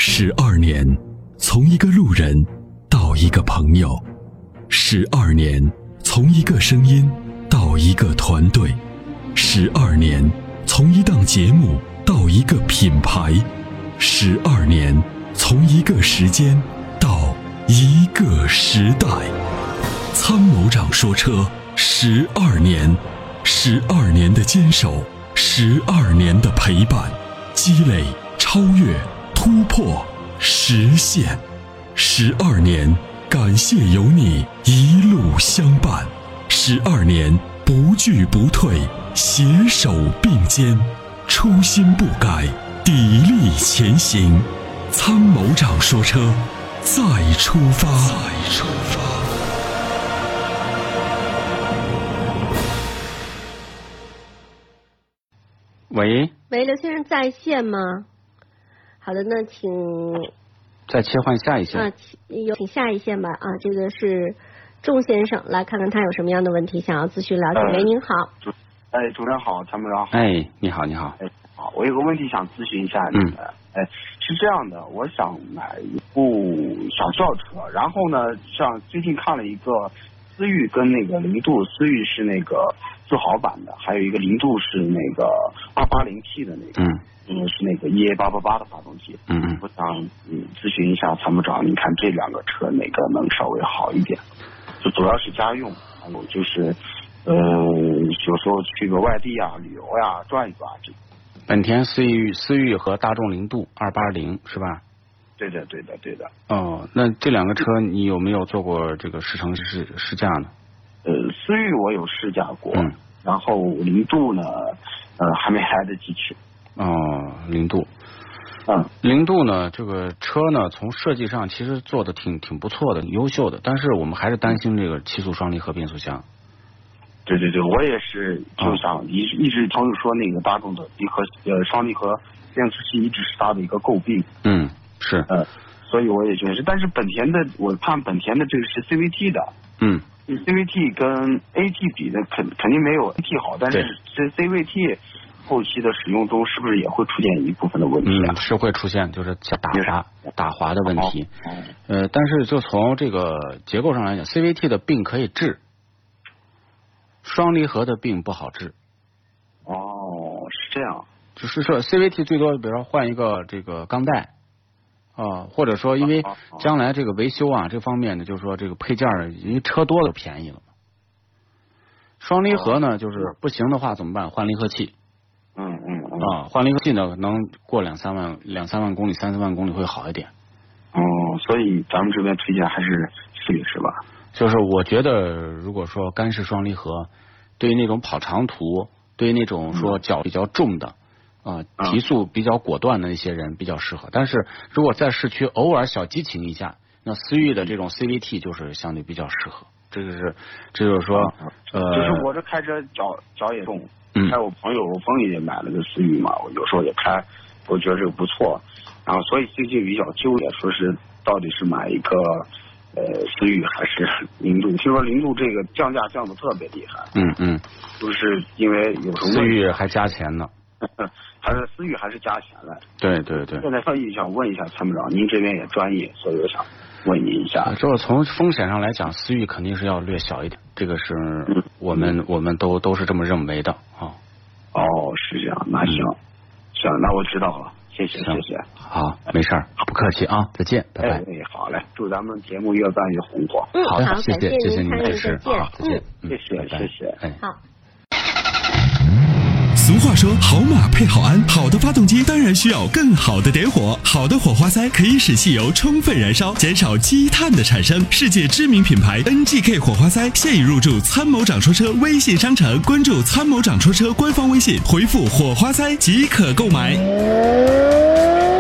12年，从一个路人到一个朋友；12年，从一个声音到一个团队；12年，从一档节目到一个品牌；12年，从一个时间到一个时代。参谋长说车12年，12年的坚守，12年的陪伴，积累、超越、突破、实现。12年，感谢有你一路相伴。12年，不惧不退，携手并肩，初心不改，砥砺前行。参谋长说车，再出发。 喂， 刘先生在线吗？好的，那请再切换下一线啊，有请下一线吧。啊，这个是仲先生，来看看他有什么样的问题想要咨询了解。喂，您好。 主持人好，参谋长好。 你好。 好，我有个问题想咨询一下你们。是这样的，我想买一部小轿车，然后呢，像最近看了一个思域跟那个零度，思域是那个自豪版的，还有一个零度是那个280T 的那个，是那个EA888的发动机。我想咨询一下参谋长，你看这两个车哪个能稍微好一点？就主要是家用，还有就是有时候去个外地啊、旅游呀、转一转这。 本田思域和大众凌度280是吧？ 对的。 哦，那这两个车你有没有做过这个试乘试驾呢？ 思域我有试驾过，然后凌度呢，还没来得及去。哦， 凌度。凌度呢，这个车呢，从设计上其实做的挺不错的，优秀的，但是我们还是担心这个7速双离合变速箱。 对，我也是就想一直朋友说那个大众的双离合变速器一直是它的一个诟病。 是。 所以我也觉得是，但是本田的我看本田的这个是 CVT 的。CVT 跟 AT 比的肯定没有 AT 好，但是这 CVT 后期的使用中是不是也会出现一部分的问题啊？ 是会出现，就是打滑的问题。但是就从这个结构上来讲 ，CVT 的病可以治。双离合的病不好治。 是这样。 就是说 CVT 最多比如说换一个这个钢带或者说因为将来这个维修啊这方面呢，就是说这个配件因为车多了便宜了嘛。双离合呢就是不行的话怎么办？换离合器。换离合器呢能过2、3万公里、3、4万公里会好一点。 所以咱们这边推荐还是思域是吧？ 就是我觉得如果说干式双离合对于那种跑长途，对于那种说脚比较重的提速比较果断的那些人比较适合，但是如果在市区偶尔小激情一下，那思域的这种 CVT 就是相对比较适合。这就是说就是我这开车脚也重，还有我朋友也买了个思域嘛，我有时候也开，我觉得这个不错，然后所以最近比较纠结，说是到底是买一个思域还是凌度？听说凌度这个降价降的特别厉害。就是因为有时候思域还加钱呢。 还是思域还是加钱了。 对。 现在想问一下参谋长，您这边也专业，所以我想问您一下。 就是从风险上来讲，思域肯定是要略小一点，这个是我们都是这么认为的是这样，那行，那我知道了，谢谢。 好，没事儿，不客气啊，再见，拜拜。 好嘞，祝咱们节目越办越红火。 好的，谢谢您支持， 好， 再见。 谢谢。 好。 俗话说，好马配好鞍，好的发动机当然需要更好的点火。好的火花塞可以使汽油充分燃烧，减少积碳的产生。世界知名品牌 NGK 火花塞现已入驻参谋长说车微信商城，关注参谋长说车官方微信，回复火花塞即可购买。